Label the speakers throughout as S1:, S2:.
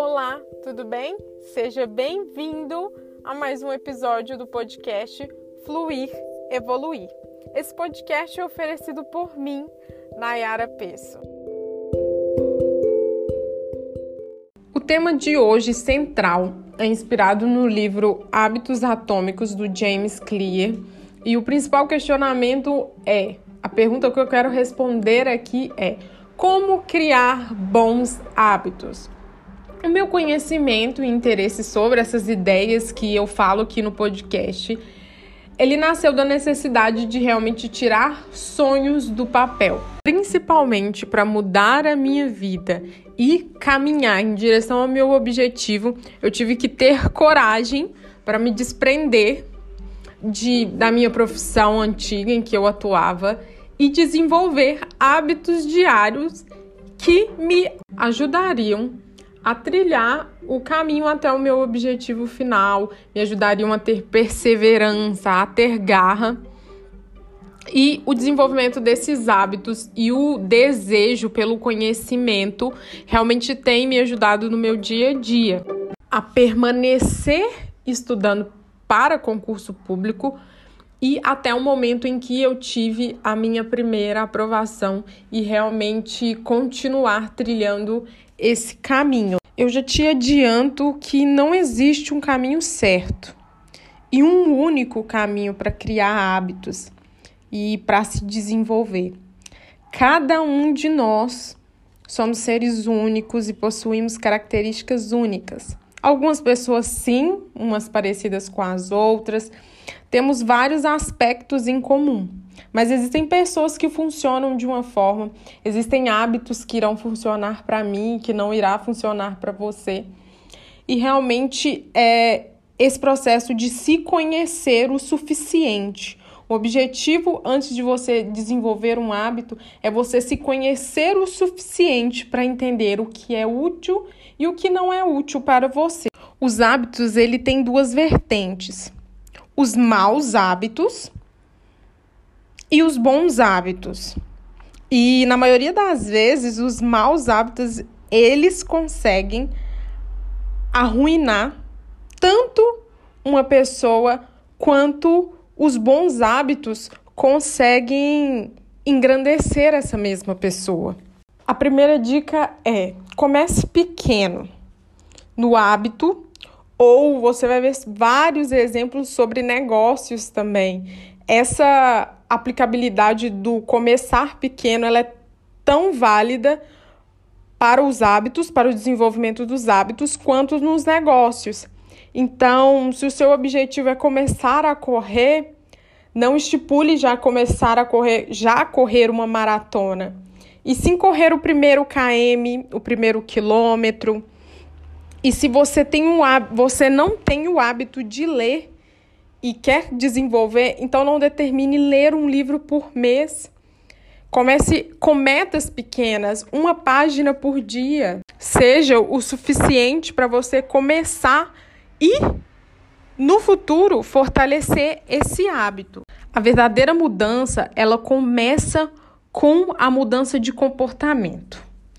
S1: Olá, tudo bem? Seja bem-vindo a mais um episódio do podcast Fluir, Evoluir. Esse podcast é oferecido por mim, Nayara Pesso. O tema de hoje central é inspirado no livro Hábitos Atômicos do James Clear e o principal questionamento a pergunta que eu quero responder aqui é: como criar bons hábitos? O meu conhecimento e interesse sobre essas ideias que eu falo aqui no podcast, ele nasceu da necessidade de realmente tirar sonhos do papel. Principalmente para mudar a minha vida e caminhar em direção ao meu objetivo, eu tive que ter coragem para me desprender da minha profissão antiga em que eu atuava e desenvolver hábitos diários que me ajudariam a trilhar o caminho até o meu objetivo final, me ajudariam a ter perseverança, a ter garra. E o desenvolvimento desses hábitos e o desejo pelo conhecimento realmente tem me ajudado no meu dia a dia a permanecer estudando para concurso público e até o momento em que eu tive a minha primeira aprovação e realmente continuar trilhando esse caminho. Eu já te adianto que não existe um caminho certo e um único caminho para criar hábitos e para se desenvolver. Cada um de nós somos seres únicos e possuímos características únicas. Algumas pessoas sim, umas parecidas com as outras. Temos vários aspectos em comum, mas existem pessoas que funcionam de uma forma, existem hábitos que irão funcionar para mim, que não irá funcionar para você. E realmente é esse processo de se conhecer o suficiente. O objetivo, antes de você desenvolver um hábito, é você se conhecer o suficiente para entender o que é útil e o que não é útil para você. Os hábitos, ele tem duas vertentes: os maus hábitos e os bons hábitos. E na maioria das vezes, os maus hábitos, eles conseguem arruinar tanto uma pessoa quanto os bons hábitos conseguem engrandecer essa mesma pessoa. A primeira dica é: comece pequeno no hábito, ou você vai ver vários exemplos sobre negócios também. Essa aplicabilidade do começar pequeno, ela é tão válida para os hábitos, para o desenvolvimento dos hábitos, quanto nos negócios. Então, se o seu objetivo é começar a correr, não estipule já correr uma maratona. E sim correr o primeiro km, o primeiro quilômetro. E se você não tem o hábito de ler e quer desenvolver, então não determine ler um livro por mês. Comece com metas pequenas, 1 página por dia. Seja o suficiente para você começar e, no futuro, fortalecer esse hábito. A verdadeira mudança, ela começa com a mudança de comportamento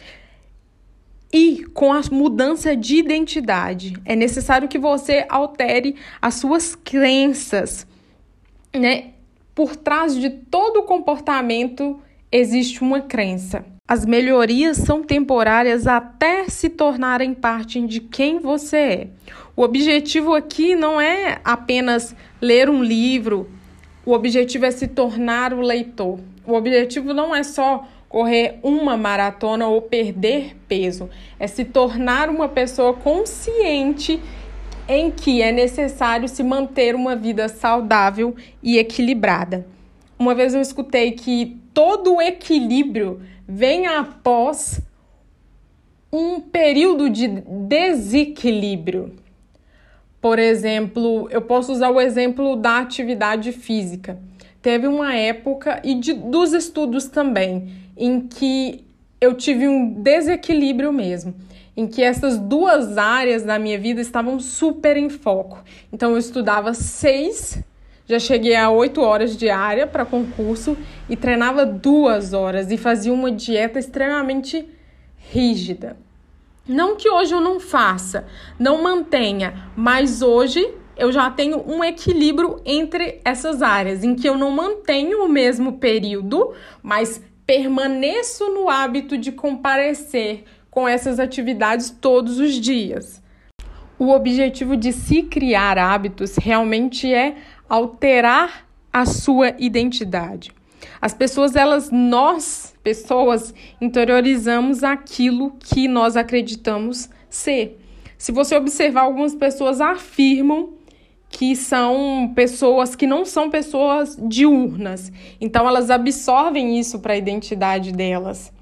S1: e com a mudança de identidade. É necessário que você altere as suas crenças, né? Por trás de todo comportamento existe uma crença. As melhorias são temporárias até se tornarem parte de quem você é. O objetivo aqui não é apenas ler um livro, o objetivo é se tornar o leitor. O objetivo não é só correr uma maratona ou perder peso, é se tornar uma pessoa consciente em que é necessário se manter uma vida saudável e equilibrada. Uma vez eu escutei que todo o equilíbrio vem após um período de desequilíbrio. Por exemplo, eu posso usar o exemplo da atividade física. Teve uma época, e dos estudos também, em que eu tive um desequilíbrio mesmo, em que essas duas áreas da minha vida estavam super em foco. Então, eu estudava 6, já cheguei a 8 horas diária para concurso e treinava 2 horas e fazia uma dieta extremamente rígida. Não que hoje eu não faça, não mantenha, mas hoje eu já tenho um equilíbrio entre essas áreas, em que eu não mantenho o mesmo período, mas permaneço no hábito de comparecer com essas atividades todos os dias. O objetivo de se criar hábitos realmente é alterar a sua identidade. As pessoas, nós, pessoas, interiorizamos aquilo que nós acreditamos ser. Se você observar, algumas pessoas afirmam que são pessoas que não são pessoas diurnas. Então, elas absorvem isso para a identidade delas,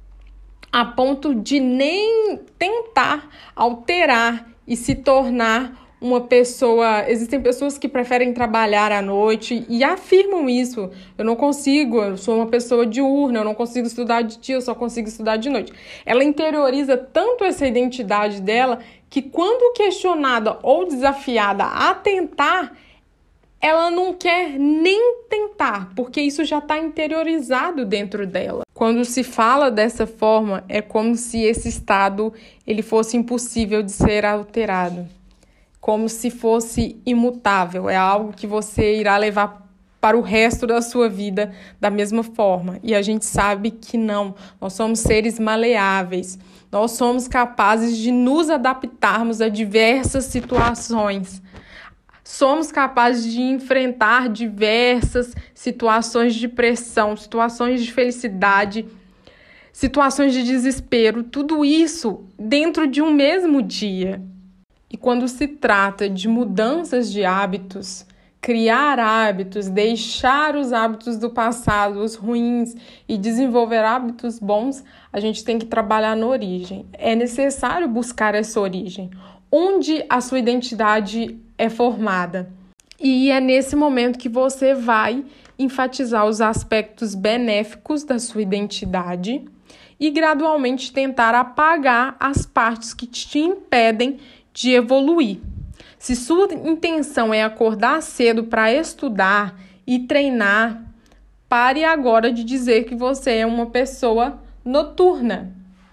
S1: a ponto de nem tentar alterar e se tornar uma pessoa. Existem pessoas que preferem trabalhar à noite e afirmam isso. Eu não consigo, eu sou uma pessoa diurna, eu não consigo estudar de dia, eu só consigo estudar de noite. Ela interioriza tanto essa identidade dela que, quando questionada ou desafiada a tentar, ela não quer nem tentar, porque isso já está interiorizado dentro dela. Quando se fala dessa forma, é como se esse estado ele fosse impossível de ser alterado, como se fosse imutável, é algo que você irá levar para o resto da sua vida da mesma forma. E a gente sabe que não, nós somos seres maleáveis, nós somos capazes de nos adaptarmos a diversas situações. Somos capazes de enfrentar diversas situações de pressão, situações de felicidade, situações de desespero, tudo isso dentro de um mesmo dia. E quando se trata de mudanças de hábitos, criar hábitos, deixar os hábitos do passado, os ruins, e desenvolver hábitos bons, a gente tem que trabalhar na origem. É necessário buscar essa origem, onde a sua identidade é formada. E é nesse momento que você vai enfatizar os aspectos benéficos da sua identidade e gradualmente tentar apagar as partes que te impedem de evoluir. Se sua intenção é acordar cedo para estudar e treinar, pare agora de dizer que você é uma pessoa noturna.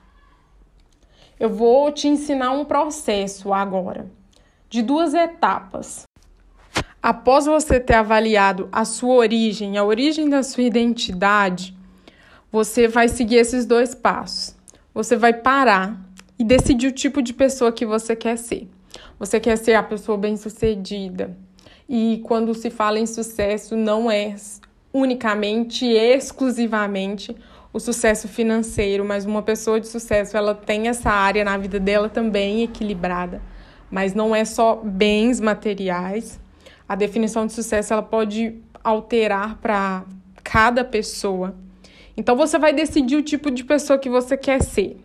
S1: Eu vou te ensinar um processo agora, de 2 etapas. Após você ter avaliado a sua origem, a origem da sua identidade, você vai seguir esses 2 passos. Você vai parar e decidir o tipo de pessoa que você quer ser. Você quer ser a pessoa bem-sucedida. E quando se fala em sucesso, não é unicamente e exclusivamente o sucesso financeiro, mas uma pessoa de sucesso, ela tem essa área na vida dela também equilibrada. Mas não é só bens materiais. A definição de sucesso, ela pode alterar para cada pessoa. Então, você vai decidir o tipo de pessoa que você quer ser.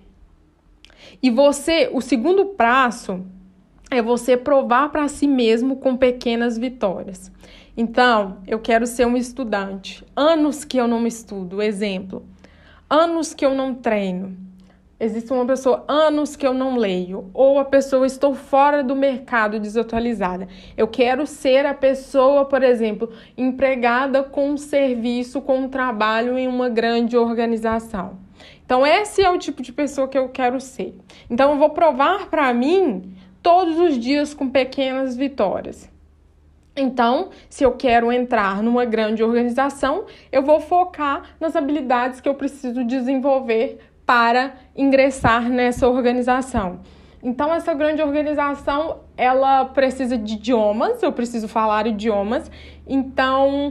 S1: E o segundo passo é você provar para si mesmo com pequenas vitórias. Então, eu quero ser um estudante. Anos que eu não estudo, exemplo. Anos que eu não treino. Existe uma pessoa, anos que eu não leio. Ou a pessoa, estou fora do mercado, desatualizada. Eu quero ser a pessoa, por exemplo, empregada com um serviço, com um trabalho em uma grande organização. Então, esse é o tipo de pessoa que eu quero ser. Então, eu vou provar para mim todos os dias com pequenas vitórias. Então, se eu quero entrar numa grande organização, eu vou focar nas habilidades que eu preciso desenvolver para ingressar nessa organização. Então, essa grande organização, ela precisa de idiomas, eu preciso falar idiomas. Então,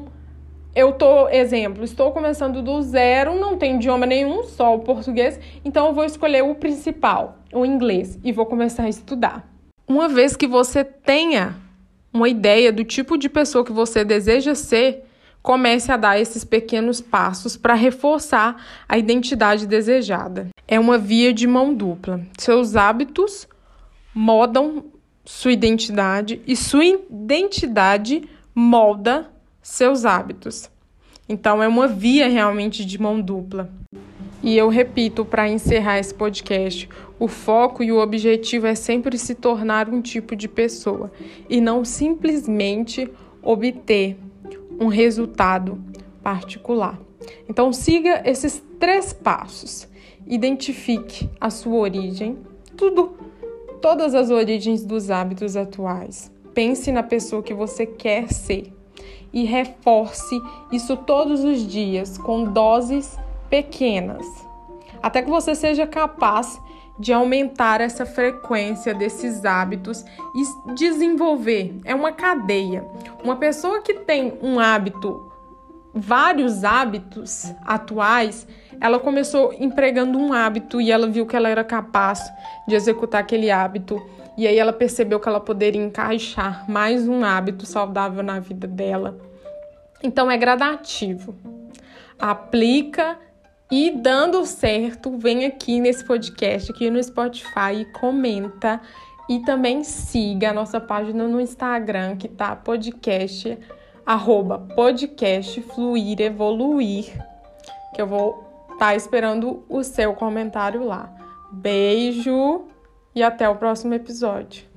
S1: estou começando do zero, não tenho idioma nenhum, só o português. Então, eu vou escolher o principal, o inglês, e vou começar a estudar. Uma vez que você tenha uma ideia do tipo de pessoa que você deseja ser, comece a dar esses pequenos passos para reforçar a identidade desejada. É uma via de mão dupla. Seus hábitos moldam sua identidade e sua identidade molda seus hábitos. Então, é uma via realmente de mão dupla. E eu repito, para encerrar esse podcast, o foco e o objetivo é sempre se tornar um tipo de pessoa e não simplesmente obter um resultado particular. Então, siga esses 3 passos. Identifique a sua origem, todas as origens dos hábitos atuais. Pense na pessoa que você quer ser e reforce isso todos os dias com doses pequenas, até que você seja capaz de aumentar essa frequência desses hábitos e desenvolver. É uma cadeia. Uma pessoa que tem um hábito, vários hábitos atuais, ela começou empregando um hábito e ela viu que ela era capaz de executar aquele hábito. E aí ela percebeu que ela poderia encaixar mais um hábito saudável na vida dela. Então é gradativo. Aplica e dando certo, vem aqui nesse podcast, aqui no Spotify, comenta e também siga a nossa página no Instagram, que tá podcast, @podcast Fluir Evoluir, que eu vou estar esperando o seu comentário lá. Beijo e até o próximo episódio.